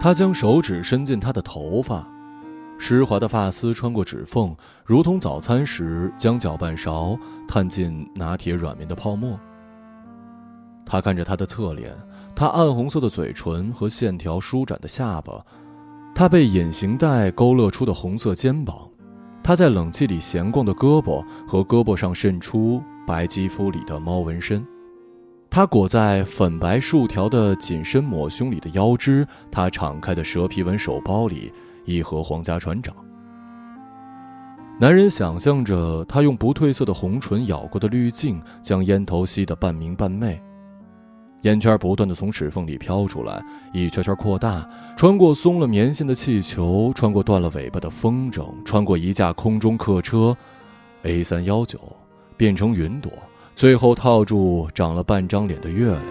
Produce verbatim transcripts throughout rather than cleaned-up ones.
他将手指伸进她的头发，湿滑的发丝穿过指缝，如同早餐时将搅拌勺探进拿铁软绵的泡沫。他看着她的侧脸，她暗红色的嘴唇和线条舒展的下巴，她被隐形带勾勒出的红色肩膀，她在冷气里闲逛的胳膊和胳膊上渗出白肌肤里的猫纹身，她裹在粉白竖条的紧身抹胸里的腰肢，她敞开的蛇皮纹手包里一盒皇家船长。男人想象着她用不褪色的红唇咬过的滤镜，将烟头吸得半明半昧，烟圈不断地从齿缝里飘出来，一圈圈扩大，穿过松了棉线的气球，穿过断了尾巴的风筝，穿过一架空中客车 A 三一九，变成云朵，最后套住长了半张脸的月亮。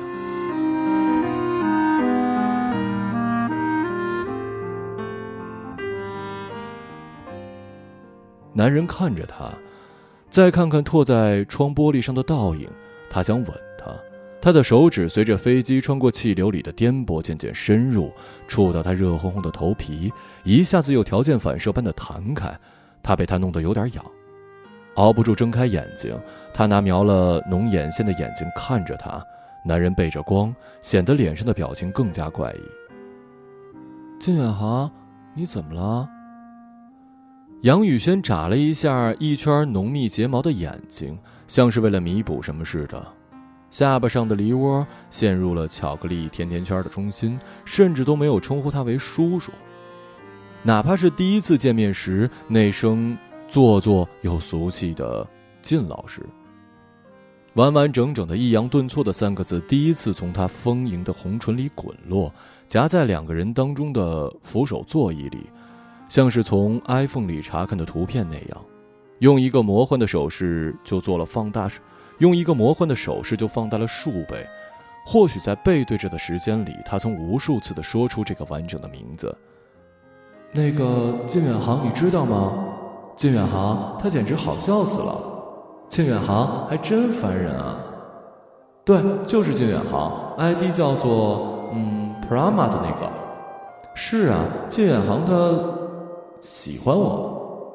男人看着她，再看看拓在窗玻璃上的倒影，他想吻她，他的手指随着飞机穿过气流里的颠簸渐渐深入，触到她热烘烘的头皮，一下子又条件反射般的弹开，他被他弄得有点痒，熬不住睁开眼睛，他拿描了浓眼线的眼睛看着他，男人背着光，显得脸上的表情更加怪异。靳远航，你怎么了？杨宇轩眨了一下一圈浓密睫毛的眼睛，像是为了弥补什么似的，下巴上的梨窝陷入了巧克力甜甜圈的中心，甚至都没有称呼他为叔叔，哪怕是第一次见面时那声做作又俗气的靳老师。完完整整的抑扬顿挫的三个字第一次从他丰盈的红唇里滚落，夹在两个人当中的扶手座椅里，像是从 iPhone 里查看的图片那样，用一个魔幻的手势就做了放大，用一个魔幻的手势就放大了数倍。或许在背对着的时间里，他曾无数次地说出这个完整的名字。那个靳远航，你知道吗？靳远航，他简直好笑死了。靳远航还真烦人啊。对，就是靳远航 ，I D 叫做嗯 Prama 的那个。是啊，靳远航他喜欢我。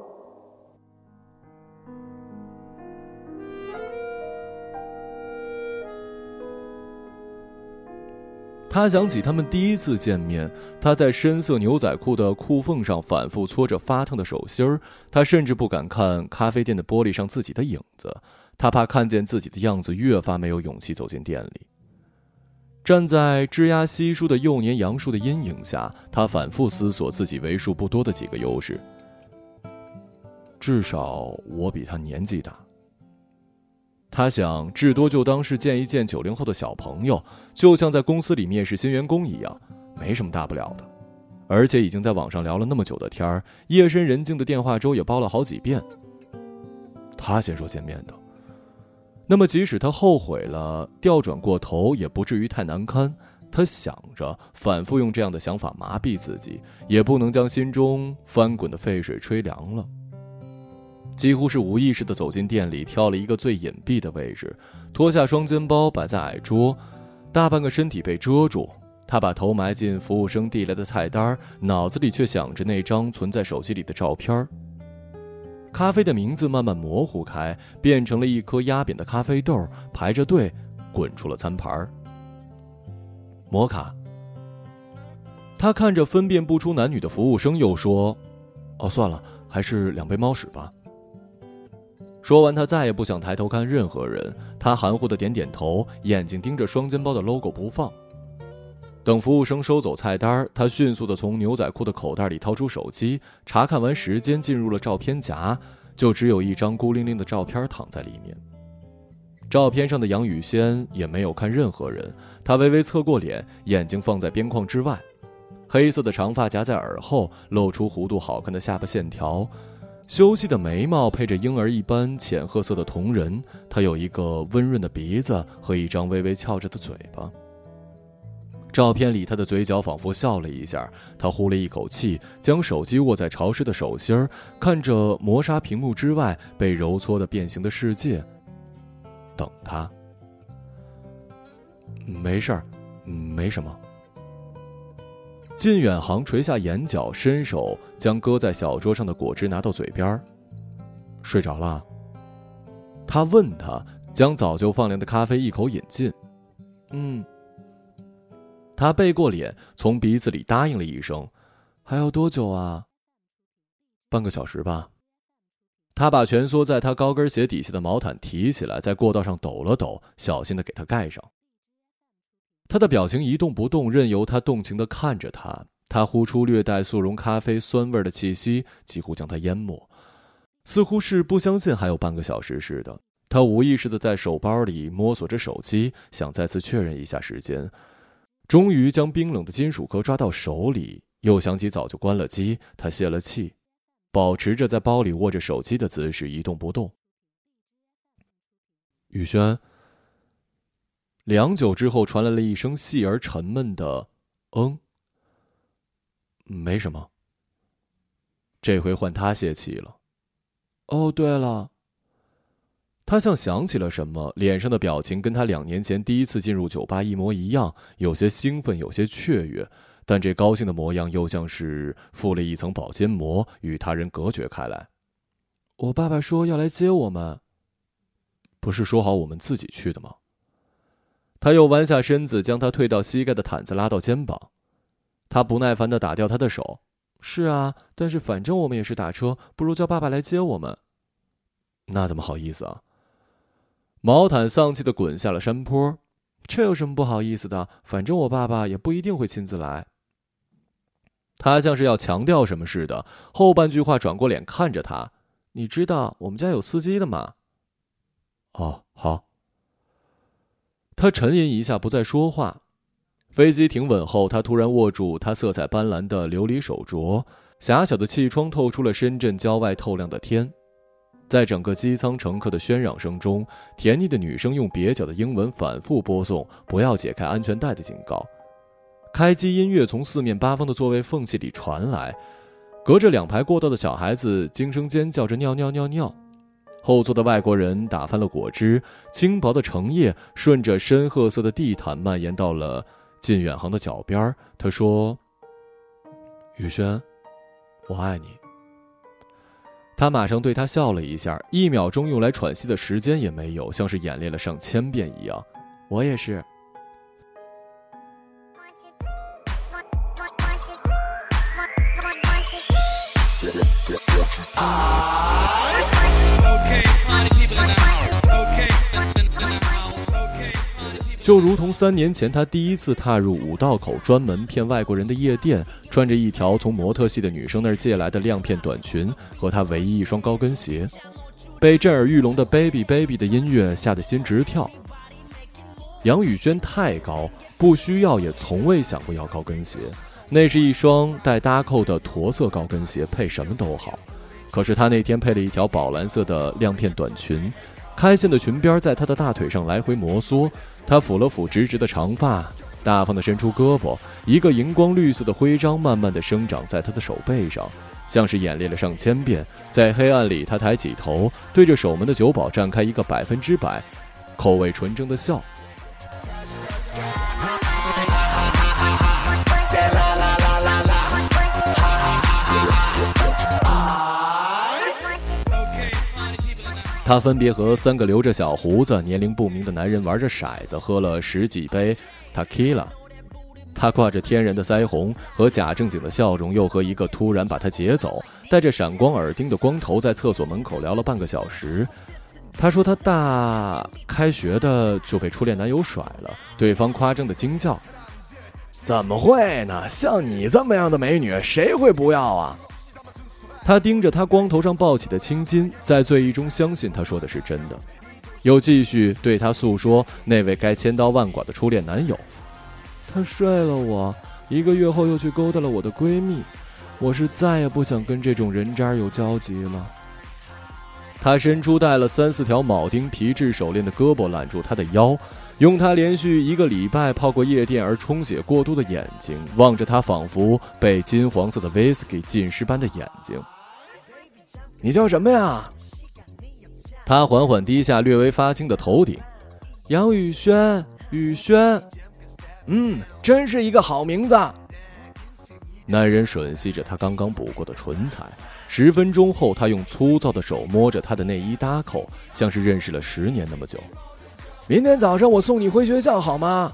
他想起他们第一次见面，他在深色牛仔裤的裤缝上反复搓着发烫的手心儿，他甚至不敢看咖啡店的玻璃上自己的影子，他怕看见自己的样子，越发没有勇气走进店里。站在枝桠稀疏的幼年杨树的阴影下，他反复思索自己为数不多的几个优势。至少我比他年纪大。他想至多就当是见一见九零后的小朋友，就像在公司里面试新员工一样，没什么大不了的。而且已经在网上聊了那么久的天儿，夜深人静的电话粥也煲了好几遍。他先说见面的，那么即使他后悔了，调转过头也不至于太难堪。他想着，反复用这样的想法麻痹自己，也不能将心中翻滚的沸水吹凉了。几乎是无意识地走进店里，挑了一个最隐蔽的位置，脱下双肩包摆在矮桌，大半个身体被遮住。他把头埋进服务生递来的菜单，脑子里却想着那张存在手机里的照片。咖啡的名字慢慢模糊开，变成了一颗压扁的咖啡豆，排着队滚出了餐盘。摩卡。他看着分辨不出男女的服务生，又说：哦，算了，还是两杯猫屎吧。说完，他再也不想抬头看任何人，他含糊地点点头，眼睛盯着双肩包的 logo 不放。等服务生收走菜单，他迅速地从牛仔裤的口袋里掏出手机，查看完时间，进入了照片夹，就只有一张孤零零的照片躺在里面。照片上的杨宇轩也没有看任何人，他微微侧过脸，眼睛放在边框之外，黑色的长发夹在耳后，露出弧度好看的下巴线条，修细的眉毛配着婴儿一般浅褐色的瞳仁，他有一个温润的鼻子和一张微微翘着的嘴巴。照片里他的嘴角仿佛笑了一下，他呼了一口气，将手机握在潮湿的手心，看着磨砂屏幕之外被揉搓的变形的世界，等他。没事儿，没什么。 靳远航垂下眼角，伸手将搁在小桌上的果汁拿到嘴边。睡着了？他问他，将早就放凉的咖啡一口饮尽。嗯。他背过脸，从鼻子里答应了一声。还要多久啊？半个小时吧。他把蜷缩在他高跟鞋底下的毛毯提起来，在过道上抖了抖，小心地给他盖上。他的表情一动不动，任由他动情地看着他。他呼出略带速溶咖啡酸味的气息，几乎将他淹没，似乎是不相信还有半个小时似的。他无意识地在手包里摸索着手机，想再次确认一下时间。终于将冰冷的金属壳抓到手里，又想起早就关了机，他泄了气，保持着在包里握着手机的姿势一动不动。宇轩。良久之后传来了一声细而沉闷的嗯。没什么。这回换他泄气了。哦，对了。他像想起了什么，脸上的表情跟他两年前第一次进入酒吧一模一样，有些兴奋，有些雀跃，但这高兴的模样又像是附了一层保鲜膜，与他人隔绝开来。我爸爸说要来接我们。不是说好我们自己去的吗？他又弯下身子，将他退到膝盖的毯子拉到肩膀。他不耐烦地打掉他的手。是啊，但是反正我们也是打车，不如叫爸爸来接我们。那怎么好意思啊？毛毯丧气地滚下了山坡。这有什么不好意思的？反正我爸爸也不一定会亲自来。他像是要强调什么似的，后半句话转过脸看着他。你知道我们家有司机的吗？哦，好。他沉吟一下，不再说话。飞机停稳后，他突然握住他色彩斑斓的琉璃手镯，狭小的气窗透出了深圳郊外透亮的天。在整个机舱乘客的喧嚷声中，甜腻的女声用蹩脚的英文反复播送不要解开安全带的警告。开机音乐从四面八方的座位缝隙里传来，隔着两排过道的小孩子惊声尖叫着尿尿尿尿。后座的外国人打翻了果汁，轻薄的橙叶顺着深褐色的地毯蔓延到了靳远航的脚边。他说：宇轩，我爱你。他马上对他笑了一下，一秒钟用来喘息的时间也没有，像是演练了上千遍一样。我也是。就如同三年前他第一次踏入五道口专门骗外国人的夜店，穿着一条从模特系的女生那儿借来的亮片短裙和他唯一一双高跟鞋，被震耳欲聋的 Baby Baby 的音乐吓得心直跳。杨宇轩太高，不需要也从未想过要高跟鞋，那是一双带搭扣的驼色高跟鞋，配什么都好。可是他那天配了一条宝蓝色的亮片短裙，开线的裙边在他的大腿上来回摩挲，他抚了抚直直的长发，大方地伸出胳膊，一个荧光绿色的徽章慢慢地生长在他的手背上，像是演练了上千遍。在黑暗里，他抬起头，对着守门的酒保绽开一个百分之百口味纯正的笑。他分别和三个留着小胡子、年龄不明的男人玩着骰子，喝了十几杯 tequila。他挂着天然的腮红和假正经的笑容，又和一个突然把他劫走、戴着闪光耳钉的光头在厕所门口聊了半个小时。他说他大开学的就被初恋男友甩了，对方夸张的惊叫：怎么会呢？像你这么样的美女，谁会不要啊？他盯着他光头上抱起的青筋，在醉意中相信他说的是真的，又继续对他诉说那位该千刀万剐的初恋男友。他睡了我，一个月后又去勾搭了我的闺蜜，我是再也不想跟这种人渣有交集了。他伸出戴了三四条铆钉皮质手链的胳膊揽住他的腰，用他连续一个礼拜泡过夜店而充血过度的眼睛望着他仿佛被金黄色的威士忌浸湿般的眼睛。你叫什么呀？他缓缓低下略微发青的头顶。杨宇轩，宇轩。嗯，真是一个好名字。 男人吮吸着她刚刚补过的唇彩，十分钟后，他用粗糙的手摸着她的内衣搭扣，像是认识了十年那么久。明天早上我送你回学校好吗？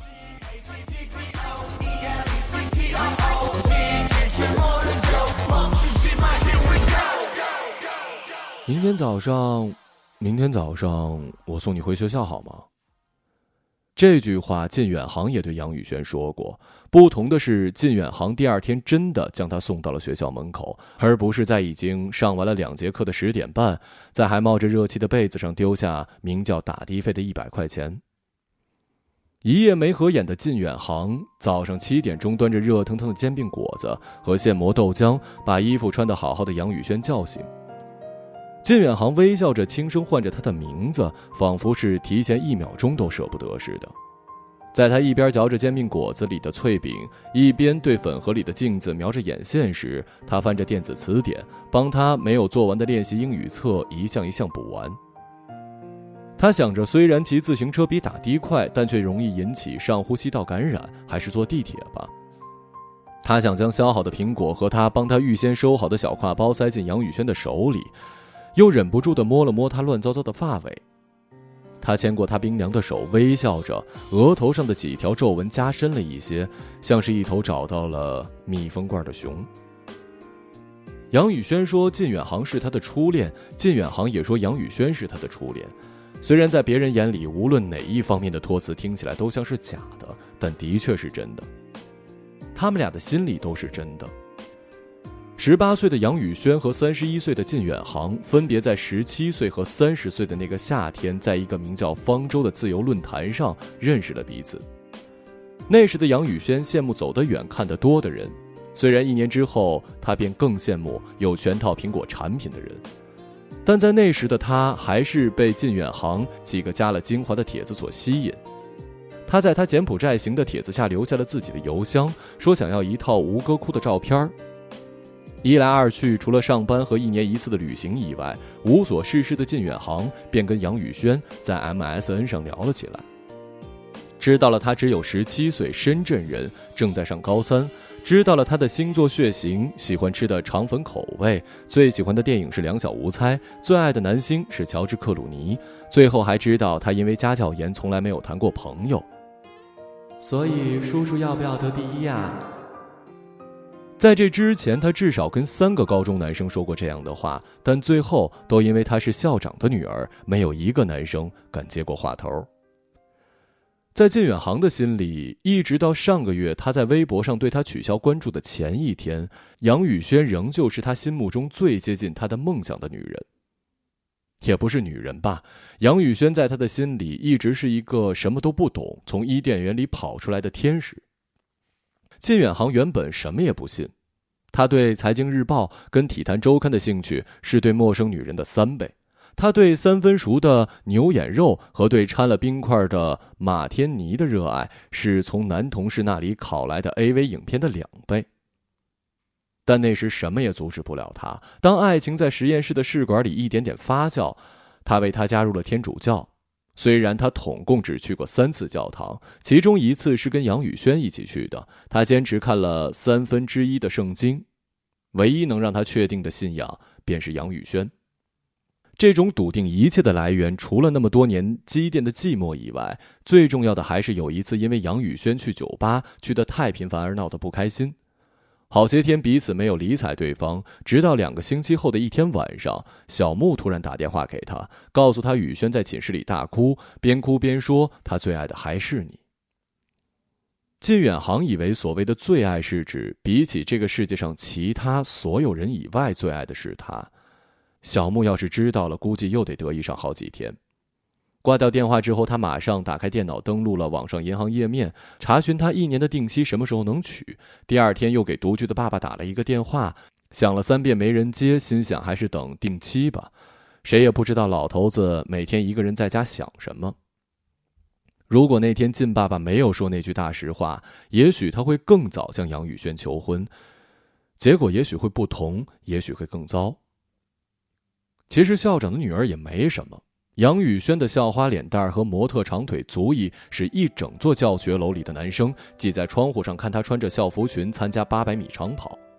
明天早上，明天早上我送你回学校好吗？这句话靳远航也对杨宇轩说过，不同的是，靳远航第二天真的将他送到了学校门口，而不是在已经上完了两节课的十点半，在还冒着热气的被子上丢下名叫打的费的一百块钱。一夜没合眼的靳远航，早上七点钟端着热腾腾的煎饼果子和现磨豆浆，把衣服穿得好好的杨宇轩叫醒。靳远航微笑着轻声唤着他的名字，仿佛是提前一秒钟都舍不得似的。在他一边嚼着煎饼果子里的脆饼，一边对粉盒里的镜子描着眼线时，他翻着电子词典，帮他没有做完的练习英语册一项一项补完。他想着，虽然骑自行车比打的快，但却容易引起上呼吸道感染，还是坐地铁吧。他想将削好的苹果和他帮他预先收好的小挎包塞进杨宇轩的手里，又忍不住地摸了摸他乱糟糟的发尾。他牵过他冰凉的手，微笑着，额头上的几条皱纹加深了一些，像是一头找到了密封罐的熊。杨宇轩说靳远航是他的初恋，靳远航也说杨宇轩是他的初恋。虽然在别人眼里，无论哪一方面的托词听起来都像是假的，但的确是真的。他们俩的心里都是真的。十八岁的杨宇轩和三十一岁的靳远航分别在十七岁和三十岁的那个夏天，在一个名叫方舟的自由论坛上认识了彼此。那时的杨宇轩羡慕走得远看得多的人，虽然一年之后他便更羡慕有全套苹果产品的人，但在那时的他还是被靳远航几个加了精华的帖子所吸引。他在他柬埔寨行的帖子下留下了自己的邮箱，说想要一套吴哥窟的照片。一来二去，除了上班和一年一次的旅行以外，无所事事的靳远航便跟杨宇轩在 M S N 上聊了起来。知道了他只有十七岁，深圳人，正在上高三，知道了他的星座血型，喜欢吃的肠粉口味，最喜欢的电影是两小无猜，最爱的男星是乔治克鲁尼，最后还知道他因为家教严从来没有谈过朋友。所以叔叔要不要得第一呀？在这之前，他至少跟三个高中男生说过这样的话，但最后都因为她是校长的女儿，没有一个男生敢接过话头。在靳远航的心里，一直到上个月他在微博上对他取消关注的前一天，杨宇轩仍旧是他心目中最接近他的梦想的女人。也不是女人吧，杨宇轩在他的心里一直是一个什么都不懂，从伊甸园里跑出来的天使。靳远航原本什么也不信，他对财经日报跟体坛周刊的兴趣是对陌生女人的三倍，他对三分熟的牛眼肉和对掺了冰块的马天尼的热爱是从男同事那里考来的 A V 影片的两倍。但那时什么也阻止不了他，当爱情在实验室的试管里一点点发酵，他为他加入了天主教。虽然他统共只去过三次教堂，其中一次是跟杨宇轩一起去的，他坚持看了三分之一的圣经，唯一能让他确定的信仰便是杨宇轩。这种笃定一切的来源，除了那么多年积淀的寂寞以外，最重要的还是有一次因为杨宇轩去酒吧去得太频繁而闹得不开心。好些天彼此没有理睬对方，直到两个星期后的一天晚上，小木突然打电话给他，告诉他宇轩在寝室里大哭，边哭边说他最爱的还是你。靳远航以为所谓的最爱是指比起这个世界上其他所有人以外最爱的是他。小木要是知道了，估计又得得意上好几天。挂掉电话之后，他马上打开电脑，登录了网上银行页面，查询他一年的定期什么时候能取。第二天又给独居的爸爸打了一个电话，响了三遍没人接，心想还是等定期吧。谁也不知道老头子每天一个人在家想什么。如果那天靳爸爸没有说那句大实话，也许他会更早向杨宇轩求婚，结果也许会不同，也许会更糟。其实校长的女儿也没什么，杨宇轩的校花脸蛋和模特长腿足以使一整座教学楼里的男生挤在窗户上看她穿着校服裙参加八百米长跑。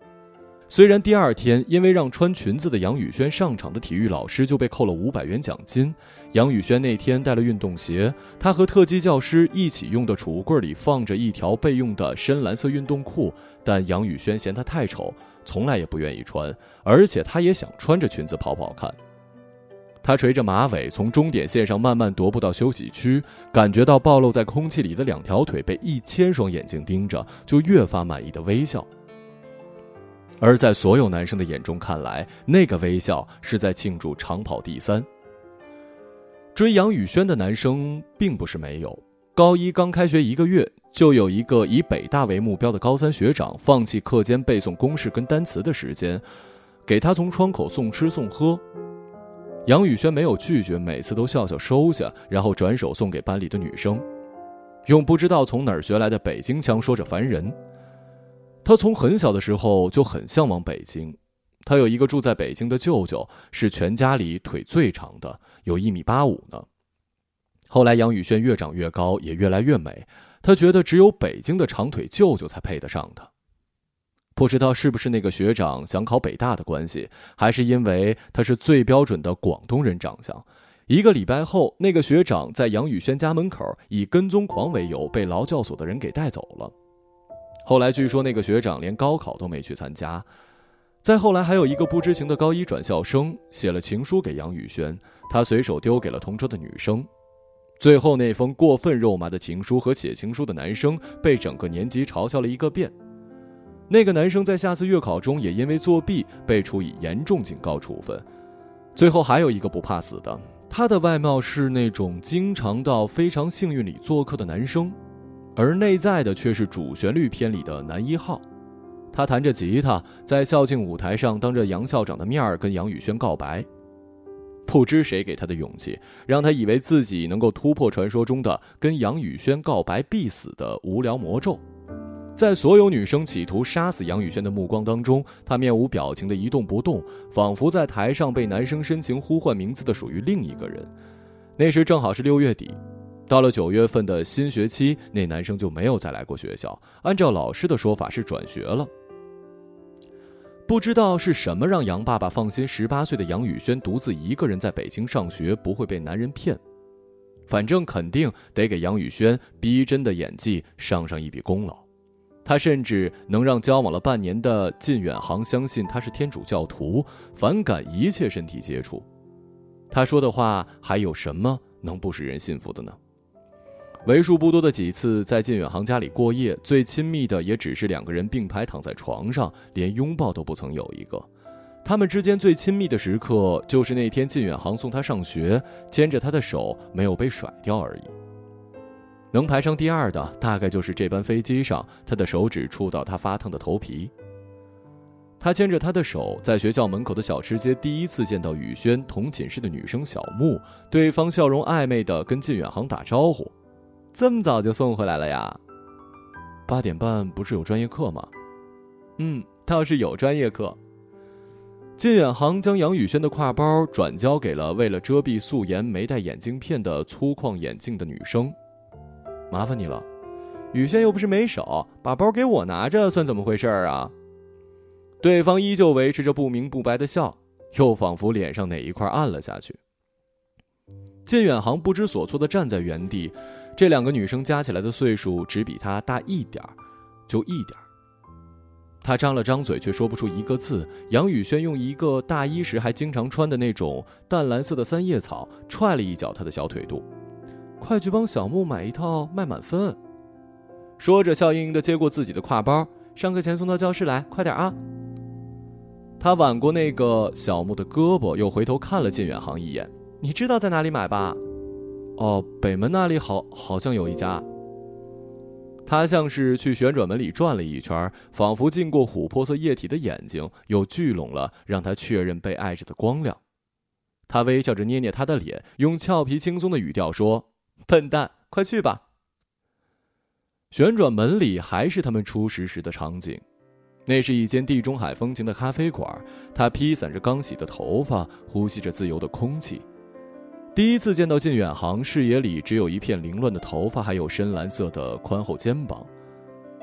虽然第二天因为让穿裙子的杨宇轩上场的体育老师就被扣了五百元奖金，杨宇轩那天带了运动鞋，他和特级教师一起用的储物柜里放着一条备用的深蓝色运动裤，但杨宇轩嫌它太丑，从来也不愿意穿，而且他也想穿着裙子跑跑看。他垂着马尾从终点线上慢慢踱步到休息区，感觉到暴露在空气里的两条腿被一千双眼睛盯着，就越发满意的微笑。而在所有男生的眼中看来，那个微笑是在庆祝长跑第三。追杨宇轩的男生并不是没有，高一刚开学一个月，就有一个以北大为目标的高三学长放弃课间背诵公式跟单词的时间，给他从窗口送吃送喝。杨宇轩没有拒绝，每次都笑笑收下，然后转手送给班里的女生，用不知道从哪儿学来的北京腔说着烦人。他从很小的时候就很向往北京，他有一个住在北京的舅舅，是全家里腿最长的，有一米八五呢。后来杨宇轩越长越高，也越来越美，他觉得只有北京的长腿舅舅才配得上他。不知道是不是那个学长想考北大的关系，还是因为他是最标准的广东人长相，一个礼拜后，那个学长在杨宇轩家门口以跟踪狂为由被劳教所的人给带走了。后来据说那个学长连高考都没去参加。再后来还有一个不知情的高一转校生写了情书给杨宇轩，他随手丢给了同桌的女生。最后那封过分肉麻的情书和写情书的男生被整个年级嘲笑了一个遍。那个男生在下次月考中也因为作弊被处以严重警告处分。最后还有一个不怕死的，他的外貌是那种经常到非常幸运里做客的男生，而内在的却是主旋律片里的男一号。他弹着吉他，在校庆舞台上当着杨校长的面跟杨宇轩告白。不知谁给他的勇气，让他以为自己能够突破传说中的跟杨宇轩告白必死的无聊魔咒。在所有女生企图杀死杨宇轩的目光当中，他面无表情的一动不动，仿佛在台上被男生深情呼唤名字的属于另一个人。那时正好是六月底，到了九月份的新学期，那男生就没有再来过学校，按照老师的说法是转学了。不知道是什么让杨爸爸放心十八岁的杨宇轩独自一个人在北京上学，不会被男人骗。反正肯定得给杨宇轩逼真的演技上上一笔功劳。他甚至能让交往了半年的靳远航相信他是天主教徒，反感一切身体接触。他说的话还有什么能不使人信服的呢？为数不多的几次在靳远航家里过夜，最亲密的也只是两个人并排躺在床上，连拥抱都不曾有一个。他们之间最亲密的时刻，就是那天靳远航送他上学，牵着他的手没有被甩掉而已。能排上第二的，大概就是这班飞机上他的手指触到他发烫的头皮。他牵着他的手，在学校门口的小吃街第一次见到宇轩同寝室的女生小木，对方笑容暧昧地跟靳远航打招呼：“这么早就送回来了呀？八点半不是有专业课吗？”“嗯，倒是有专业课。”靳远航将杨宇轩的挎包转交给了为了遮蔽素颜没戴眼镜片的粗框眼镜的女生。“麻烦你了。”宇轩又不是没手，把包给我拿着算怎么回事啊？对方依旧维持着不明不白的笑，又仿佛脸上哪一块暗了下去。靳远航不知所措地站在原地，这两个女生加起来的岁数只比他大一点，就一点。他张了张嘴却说不出一个字。杨宇轩用一个大一时还经常穿的那种淡蓝色的三叶草踹了一脚他的小腿肚：“快去帮小木买一套麦满分。”说着笑盈盈地接过自己的挎包：“上课前送到教室来，快点啊！”他挽过那个小木的胳膊，又回头看了靳远航一眼：“你知道在哪里买吧？”“哦，北门那里好好像有一家。”他像是去旋转门里转了一圈，仿佛进过琥珀色液体的眼睛又聚拢了，让他确认被爱着的光亮。他微笑着捏捏他的脸，用俏皮轻松的语调说：“笨蛋，快去吧。”旋转门里还是他们初识时的场景，那是一间地中海风情的咖啡馆。他披散着刚洗的头发，呼吸着自由的空气。第一次见到靳远航，视野里只有一片凌乱的头发，还有深蓝色的宽厚肩膀。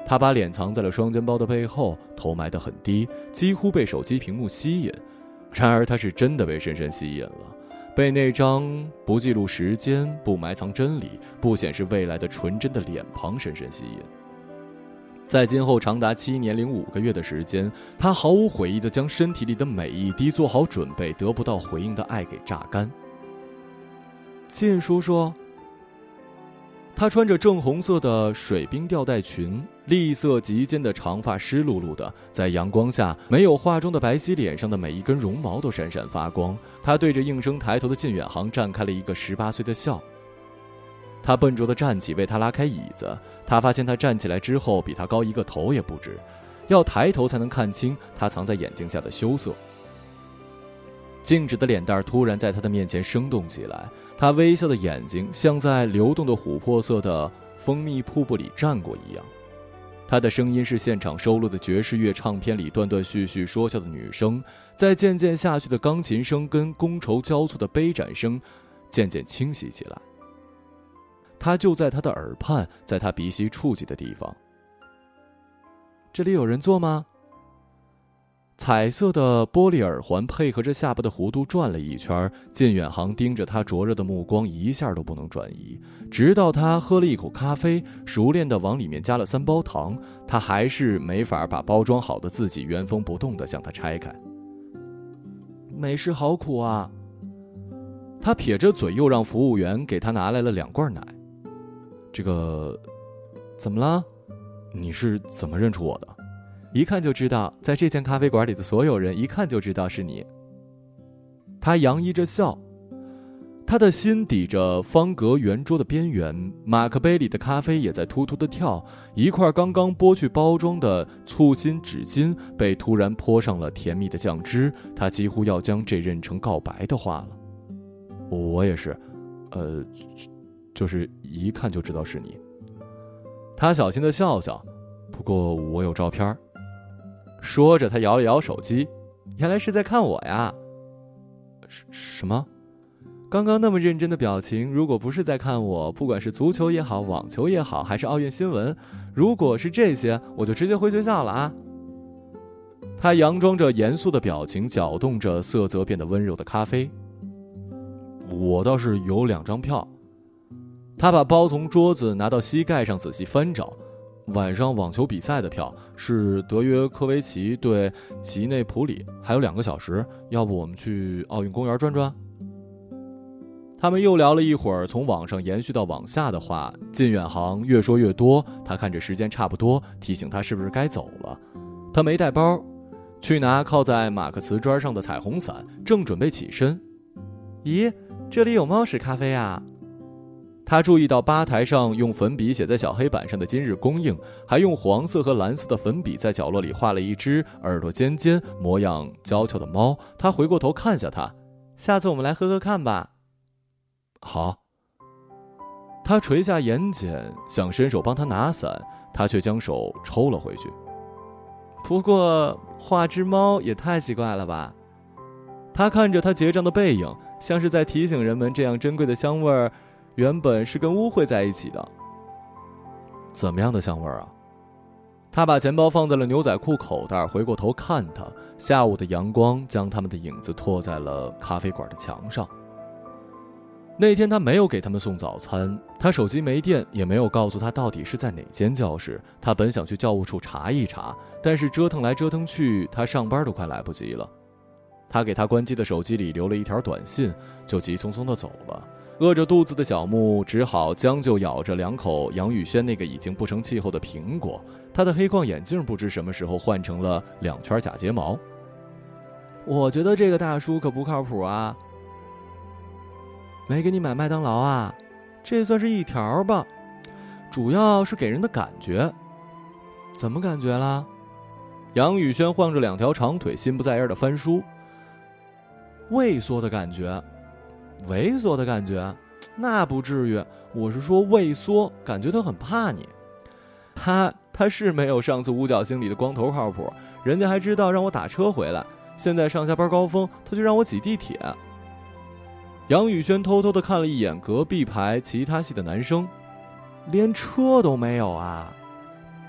他把脸藏在了双肩包的背后，头埋得很低，几乎被手机屏幕吸引。然而他是真的被深深吸引了，被那张不记录时间、不埋藏真理、不显示未来的纯真的脸庞深深吸引。在今后长达七年零五个月的时间，他毫无悔意地将身体里的每一滴做好准备得不到回应的爱给榨干。靳叔叔。她穿着正红色的水冰吊带裙，栗色及肩的长发湿漉漉的，在阳光下没有化妆的白皙脸上的每一根绒毛都闪闪发光。她对着应声抬头的靳远航绽开了一个十八岁的笑。他笨拙地站起，为他拉开椅子。他发现他站起来之后比他高一个头也不止，要抬头才能看清他藏在眼睛下的羞涩。静止的脸蛋突然在他的面前生动起来，他微笑的眼睛像在流动的琥珀色的蜂蜜瀑布里站过一样。他的声音是现场收录的爵士乐唱片里断断续续说笑的女声，在渐渐下去的钢琴声跟觥筹交错的杯盏声渐渐清晰起来。他就在他的耳畔，在他鼻息触及的地方。这里有人坐吗？彩色的玻璃耳环配合着下巴的弧度转了一圈，靳远航盯着他灼热的目光一下都不能转移，直到他喝了一口咖啡，熟练地往里面加了三包糖，他还是没法把包装好的自己原封不动地将它拆开。美式好苦啊。他撇着嘴，又让服务员给他拿来了两罐奶。这个怎么了？你是怎么认出我的？一看就知道，在这间咖啡馆里的所有人一看就知道是你。他洋溢着笑，他的心抵着方格圆桌的边缘，马克杯里的咖啡也在突突地跳，一块刚刚剥去包装的醋心纸巾被突然泼上了甜蜜的酱汁，他几乎要将这认成告白的话了。我也是，呃，就是一看就知道是你。他小心地笑笑，不过我有照片。说着他摇了摇手机，原来是在看我呀。什么？刚刚那么认真的表情，如果不是在看我，不管是足球也好，网球也好，还是奥运新闻，如果是这些，我就直接回学校了啊。他佯装着严肃的表情，搅动着色泽变得温柔的咖啡。我倒是有两张票。他把包从桌子拿到膝盖上仔细翻找，晚上网球比赛的票是德约科维奇对吉内普里，还有两个小时，要不我们去奥运公园转转？他们又聊了一会儿从网上延续到网下的话，靳远航越说越多，他看着时间差不多，提醒他是不是该走了。他没带包，去拿靠在马克瓷砖上的彩虹伞，正准备起身。咦，这里有猫屎咖啡啊。他注意到吧台上用粉笔写在小黑板上的今日供应，还用黄色和蓝色的粉笔在角落里画了一只耳朵尖尖、模样娇俏的猫。他回过头看向他，下次我们来喝喝看吧。好。他垂下眼睑，想伸手帮他拿伞，他却将手抽了回去。不过画只猫也太奇怪了吧。他看着他结账的背影，像是在提醒人们这样珍贵的香味儿原本是跟污秽在一起的。怎么样的香味啊？他把钱包放在了牛仔裤口袋，回过头看他。下午的阳光将他们的影子拖在了咖啡馆的墙上。那天他没有给他们送早餐，他手机没电，也没有告诉他到底是在哪间教室。他本想去教务处查一查，但是折腾来折腾去，他上班都快来不及了。他给他关机的手机里留了一条短信，就急匆匆地走了。饿着肚子的小木只好将就咬着两口杨宇轩那个已经不成气候的苹果。他的黑框眼镜不知什么时候换成了两圈假睫毛。我觉得这个大叔可不靠谱啊。没给你买麦当劳啊？这算是一条吧，主要是给人的感觉。怎么感觉啦？杨宇轩晃着两条长腿，心不在焉的翻书。畏缩的感觉。猥琐的感觉？那不至于，我是说畏缩，感觉他很怕你。他他是没有上次五角星里的光头靠谱，人家还知道让我打车回来，现在上下班高峰他就让我挤地铁。杨宇轩偷偷地看了一眼隔壁排其他系的男生，连车都没有啊。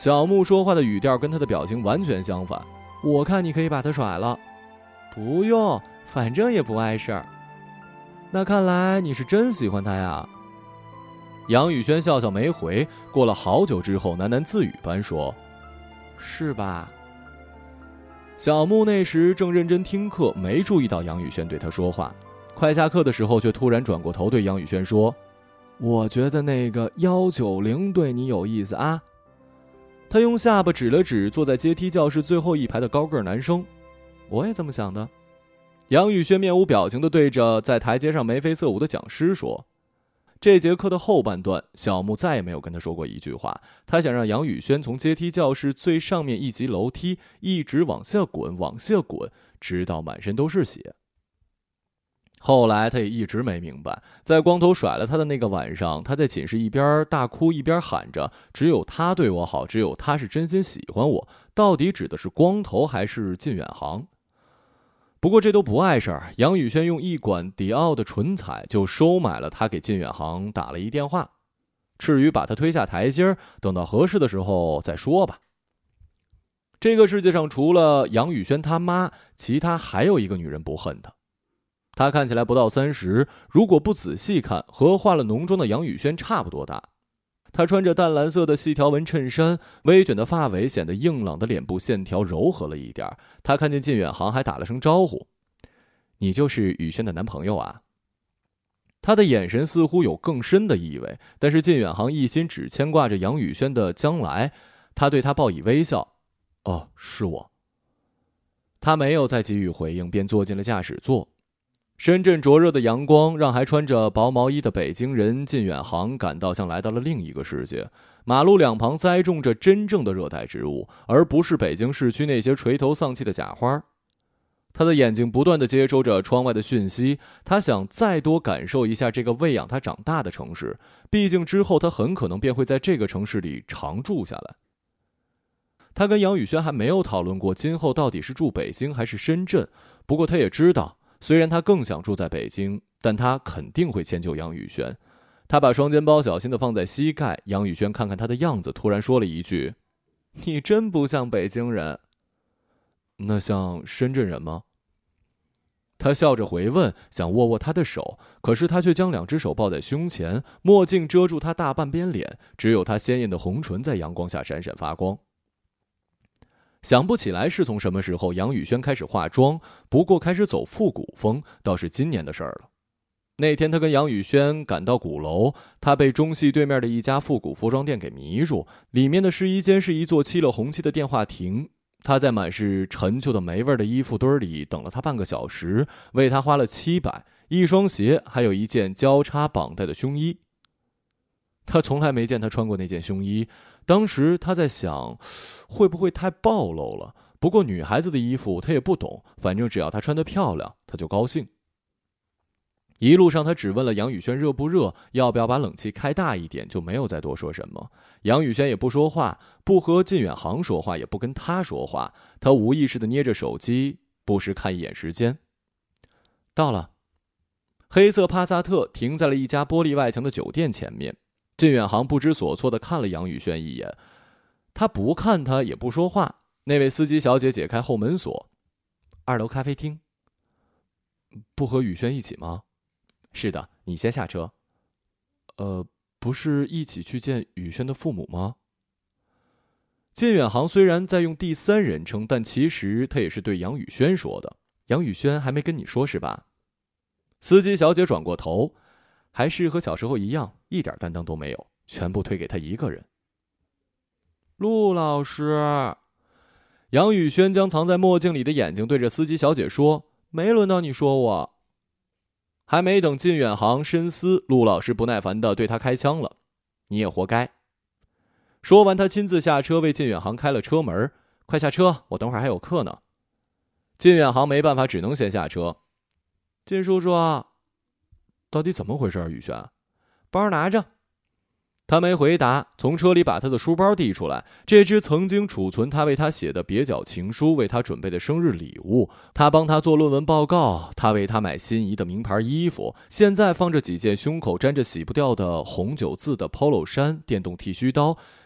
小木说话的语调跟他的表情完全相反。我看你可以把他甩了。不用，反正也不碍事儿。那看来你是真喜欢他呀。杨宇轩笑笑没回，过了好久之后喃喃自语般说，是吧。小木那时正认真听课，没注意到杨宇轩对他说话，快下课的时候却突然转过头对杨宇轩说，我觉得那个一九零对你有意思啊。他用下巴指了指坐在阶梯教室最后一排的高个男生，我也这么想的。杨宇轩面无表情地对着在台阶上眉飞色舞的讲师说。这节课的后半段，小木再也没有跟他说过一句话。他想让杨宇轩从阶梯教室最上面一级楼梯一直往下滚，往下滚，直到满身都是血。后来他也一直没明白，在光头甩了他的那个晚上，他在寝室一边大哭一边喊着，只有他对我好，只有他是真心喜欢我，到底指的是光头还是靳远航？不过这都不碍事儿，杨宇轩用一管迪奥的唇彩就收买了他，给靳远航打了一电话。至于把他推下台阶，等到合适的时候再说吧。这个世界上除了杨宇轩他妈，其他还有一个女人不恨他。她看起来不到三十，如果不仔细看，和化了浓妆的杨宇轩差不多大。她穿着淡蓝色的细条纹衬衫，微卷的发尾显得硬朗的脸部线条柔和了一点。她看见靳远航还打了声招呼，你就是宇轩的男朋友啊？他的眼神似乎有更深的意味，但是靳远航一心只牵挂着杨宇轩的将来，他对他报以微笑。哦，是我。他没有再给予回应，便坐进了驾驶座。深圳灼热的阳光让还穿着薄毛衣的北京人靳远航感到像来到了另一个世界。马路两旁栽种着真正的热带植物，而不是北京市区那些垂头丧气的假花。他的眼睛不断地接收着窗外的讯息，他想再多感受一下这个喂养他长大的城市，毕竟之后他很可能便会在这个城市里常住下来。他跟杨宇轩还没有讨论过今后到底是住北京还是深圳，不过他也知道，虽然他更想住在北京，但他肯定会迁就杨宇轩。他把双肩包小心地放在膝盖，杨宇轩看看他的样子，突然说了一句，你真不像北京人。那像深圳人吗？他笑着回问，想握握他的手，可是他却将两只手抱在胸前，墨镜遮住他大半边脸，只有他鲜艳的红唇在阳光下闪闪发光。想不起来是从什么时候杨宇轩开始化妆，不过开始走复古风倒是今年的事儿了。那天他跟杨宇轩赶到鼓楼，他被中戏对面的一家复古服装店给迷住，里面的试衣间是一座漆了红漆的电话亭。他在满是陈旧的霉味的衣服堆里等了他半个小时，为他花了七百，一双鞋，还有一件交叉绑带的胸衣。他从来没见他穿过那件胸衣，当时他在想，会不会太暴露了？不过女孩子的衣服他也不懂，反正只要她穿得漂亮，他就高兴。一路上他只问了杨宇轩热不热，要不要把冷气开大一点，就没有再多说什么。杨宇轩也不说话，不和靳远航说话，也不跟他说话。他无意识地捏着手机，不时看一眼时间。到了。黑色帕萨特停在了一家玻璃外墙的酒店前面。靳远航不知所措地看了杨宇轩一眼，他不看他，也不说话。那位司机小姐解开后门锁，二楼咖啡厅。不和宇轩一起吗？是的，你先下车。呃，不是一起去见宇轩的父母吗？靳远航虽然在用第三人称，但其实他也是对杨宇轩说的。杨宇轩还没跟你说是吧？司机小姐转过头，还是和小时候一样，一点担当都没有，全部推给他一个人。陆老师，杨宇轩将藏在墨镜里的眼睛对着司机小姐说，没轮到你说我。还没等靳远航深思，陆老师不耐烦地对他开枪了，你也活该。说完他亲自下车为靳远航开了车门，快下车，我等会儿还有课呢。靳远航没办法，只能先下车。靳叔叔，到底怎么回事？宇轩，包拿着。他没回答，从车里把他的书包递出来，这只曾经储存他为他写的蹩脚情书，为他准备的生日礼物，他帮他做论文报告，他为他买心仪的名牌衣服，现在放着几件胸口沾着洗不掉的红酒渍的 polo 衫、电动剃须刀，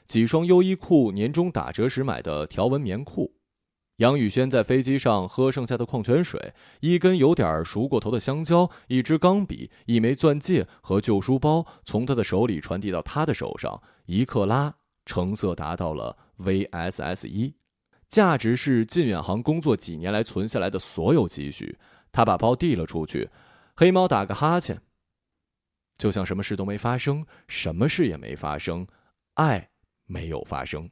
几双优衣库年终打折时买的条纹棉裤。杨宇轩在飞机上喝剩下的矿泉水，一根有点熟过头的香蕉，一支钢笔，一枚钻戒和旧书包从他的手里传递到他的手上，一克拉，成色达到了 V S S 一， 价值是靳远航工作几年来存下来的所有积蓄。他把包递了出去，黑猫打个哈欠，就像什么事都没发生，什么事也没发生，爱没有发生。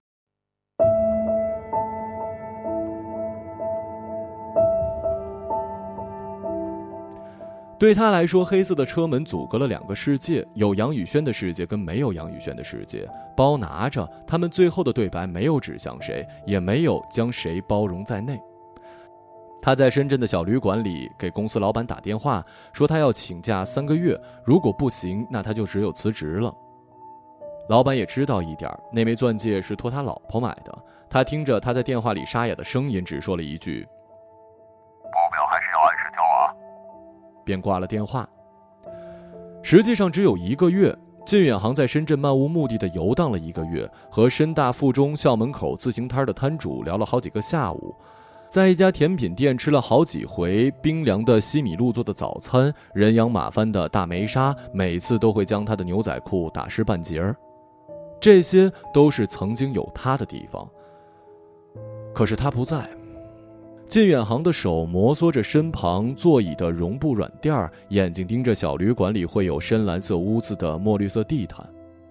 对他来说，黑色的车门阻隔了两个世界，有杨宇轩的世界跟没有杨宇轩的世界。包拿着，他们最后的对白没有指向谁，也没有将谁包容在内。他在深圳的小旅馆里给公司老板打电话，说他要请假三个月，如果不行，那他就只有辞职了。老板也知道一点，那枚钻戒是托他老婆买的。他听着他在电话里沙哑的声音，只说了一句： 报表还是要按时交啊， 便挂了电话。实际上只有一个月，靳远航在深圳漫无目的地游荡了一个月，和深大附中校门口自行摊的摊主聊了好几个下午，在一家甜品店吃了好几回冰凉的西米露做的早餐，人仰马翻的大梅沙每次都会将他的牛仔裤打湿半截儿。这些都是曾经有他的地方，可是他不在。靳远航的手摩挲着身旁座椅的绒布软垫，眼睛盯着小旅馆里会有深蓝色污渍的墨绿色地毯。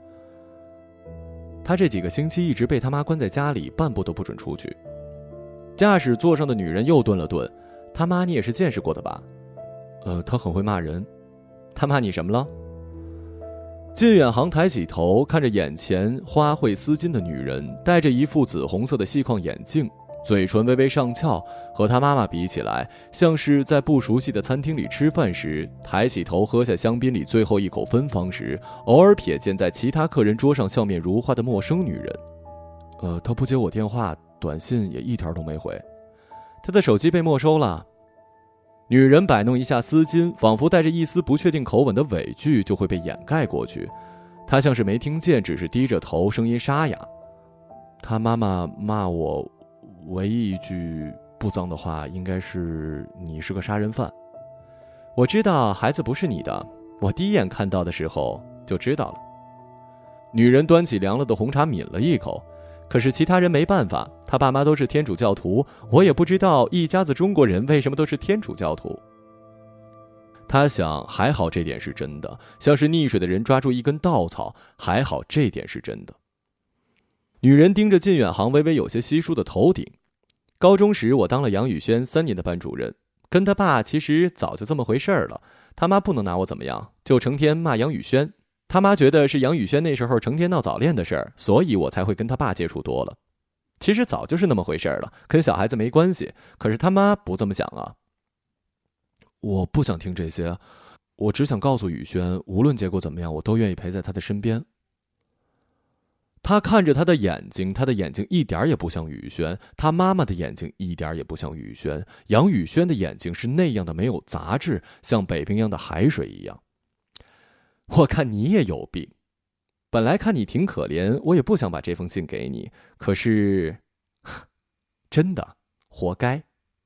他这几个星期一直被他妈关在家里，半步都不准出去。驾驶座上的女人又顿了顿，他妈你也是见识过的吧？呃，他很会骂人。他骂你什么了？靳远航抬起头，看着眼前花卉丝巾的女人，戴着一副紫红色的细框眼镜，嘴唇微微上翘，和他妈妈比起来，像是在不熟悉的餐厅里吃饭时，抬起头喝下香槟里最后一口芬芳时，偶尔瞥见在其他客人桌上笑面如花的陌生女人。呃，他不接我电话，短信也一条都没回，他的手机被没收了。女人摆弄一下丝巾，仿佛带着一丝不确定口吻的委屈就会被掩盖过去。她像是没听见，只是低着头，声音沙哑。他妈妈骂我，唯一一句不脏的话应该是你是个杀人犯。我知道孩子不是你的，我第一眼看到的时候就知道了。女人端起凉了的红茶抿了一口，可是其他人没办法，他爸妈都是天主教徒，我也不知道一家子中国人为什么都是天主教徒。他想，还好这点是真的，像是溺水的人抓住一根稻草，还好这点是真的。女人盯着靳远航微微有些稀疏的头顶。高中时我当了杨宇轩三年的班主任，跟他爸其实早就这么回事儿了，他妈不能拿我怎么样，就成天骂杨宇轩。他妈觉得是杨宇轩那时候成天闹早恋的事儿，所以我才会跟他爸接触多了。其实早就是那么回事儿了，跟小孩子没关系，可是他妈不这么想啊。我不想听这些，我只想告诉宇轩，无论结果怎么样，我都愿意陪在他的身边。他看着他的眼睛，他的眼睛一点也不像宇轩，他妈妈的眼睛一点也不像宇轩，杨宇轩的眼睛是那样的没有杂质，像北冰洋的海水一样。我看你也有病，本来看你挺可怜，我也不想把这封信给你，可是真的活该。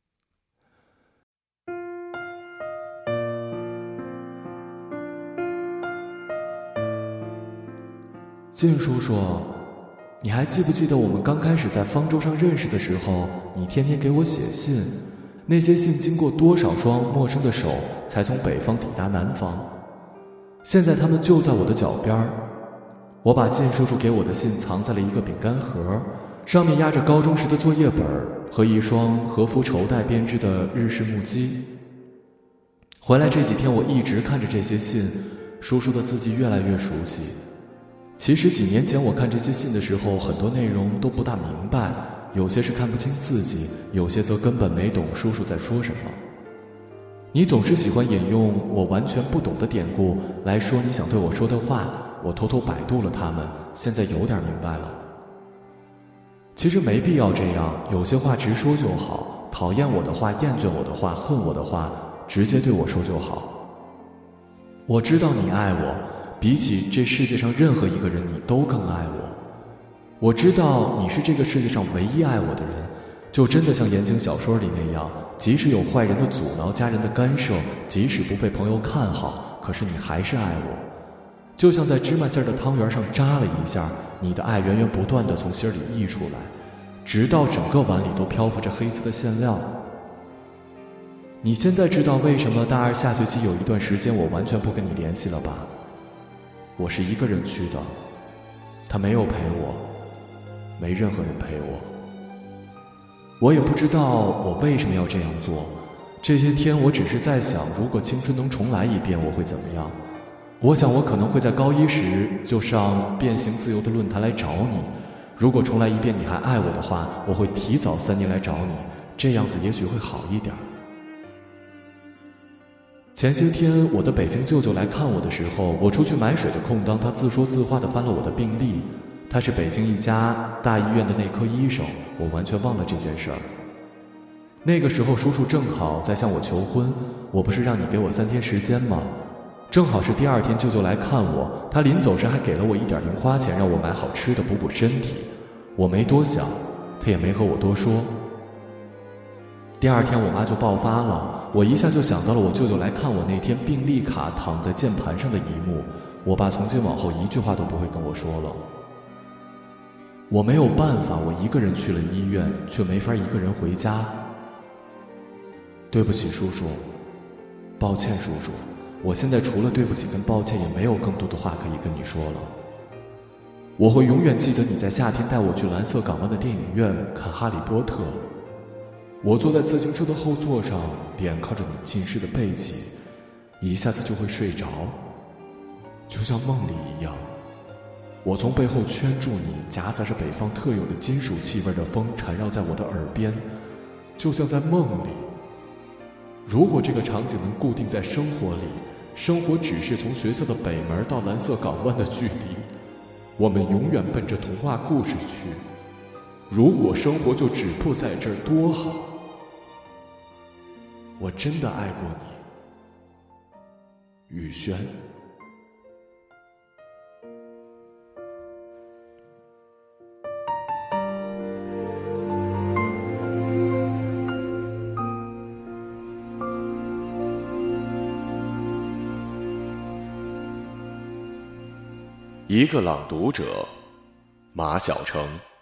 靳叔叔，你还记不记得我们刚开始在方舟上认识的时候，你天天给我写信，那些信经过多少双陌生的手才从北方抵达南方？现在他们就在我的脚边，我把靳叔叔给我的信藏在了一个饼干盒，上面压着高中时的作业本和一双和服绸带编织的日式木屐。回来这几天我一直看着这些信，叔叔的字迹越来越熟悉。其实几年前我看这些信的时候，很多内容都不大明白，有些是看不清字迹，有些则根本没懂叔叔在说什么。你总是喜欢引用我完全不懂的典故来说你想对我说的话，我偷偷百度了它们，现在有点明白了。其实没必要这样，有些话直说就好，讨厌我的话，厌倦我的话，恨我的话，直接对我说就好。我知道你爱我，比起这世界上任何一个人，你都更爱我。 我知道你是这个世界上唯一爱我的人，就真的像言情小说里那样，即使有坏人的阻挠、家人的干涉，即使不被朋友看好，可是你还是爱我。就像在芝麻馅的汤圆上扎了一下，你的爱源源不断地从心里溢出来，直到整个碗里都漂浮着黑色的馅料。你现在知道为什么大二下学期有一段时间我完全不跟你联系了吧？我是一个人去的，他没有陪我，没任何人陪我。我也不知道我为什么要这样做，这些天我只是在想，如果青春能重来一遍，我会怎么样？我想我可能会在高一时就上变形自由的论坛来找你，如果重来一遍你还爱我的话，我会提早三年来找你，这样子也许会好一点。前些天我的北京舅舅来看我的时候，我出去买水的空当，他自说自话地翻了我的病历。他是北京一家大医院的内科医生，我完全忘了这件事儿。那个时候叔叔正好在向我求婚，我不是让你给我三天时间吗？正好是第二天舅舅来看我，他临走时还给了我一点零花钱，让我买好吃的补补身体。我没多想，他也没和我多说。第二天我妈就爆发了，我一下就想到了我舅舅来看我那天病历卡躺在键盘上的一幕。我爸从今往后一句话都不会跟我说了。我没有办法，我一个人去了医院，却没法一个人回家。对不起叔叔，抱歉叔叔，我现在除了对不起跟抱歉，也没有更多的话可以跟你说了。我会永远记得你在夏天带我去蓝色港湾的电影院看《哈利波特》。我坐在自行车的后座上，脸靠着你近视的背脊，一下子就会睡着，就像梦里一样。我从背后圈住你，夹杂着北方特有的金属气味的风缠绕在我的耳边，就像在梦里。如果这个场景能固定在生活里，生活只是从学校的北门到蓝色港湾的距离，我们永远奔着童话故事去。如果生活就止步在这儿多好。我真的爱过你，宇轩。 一个朗读者，马晓成。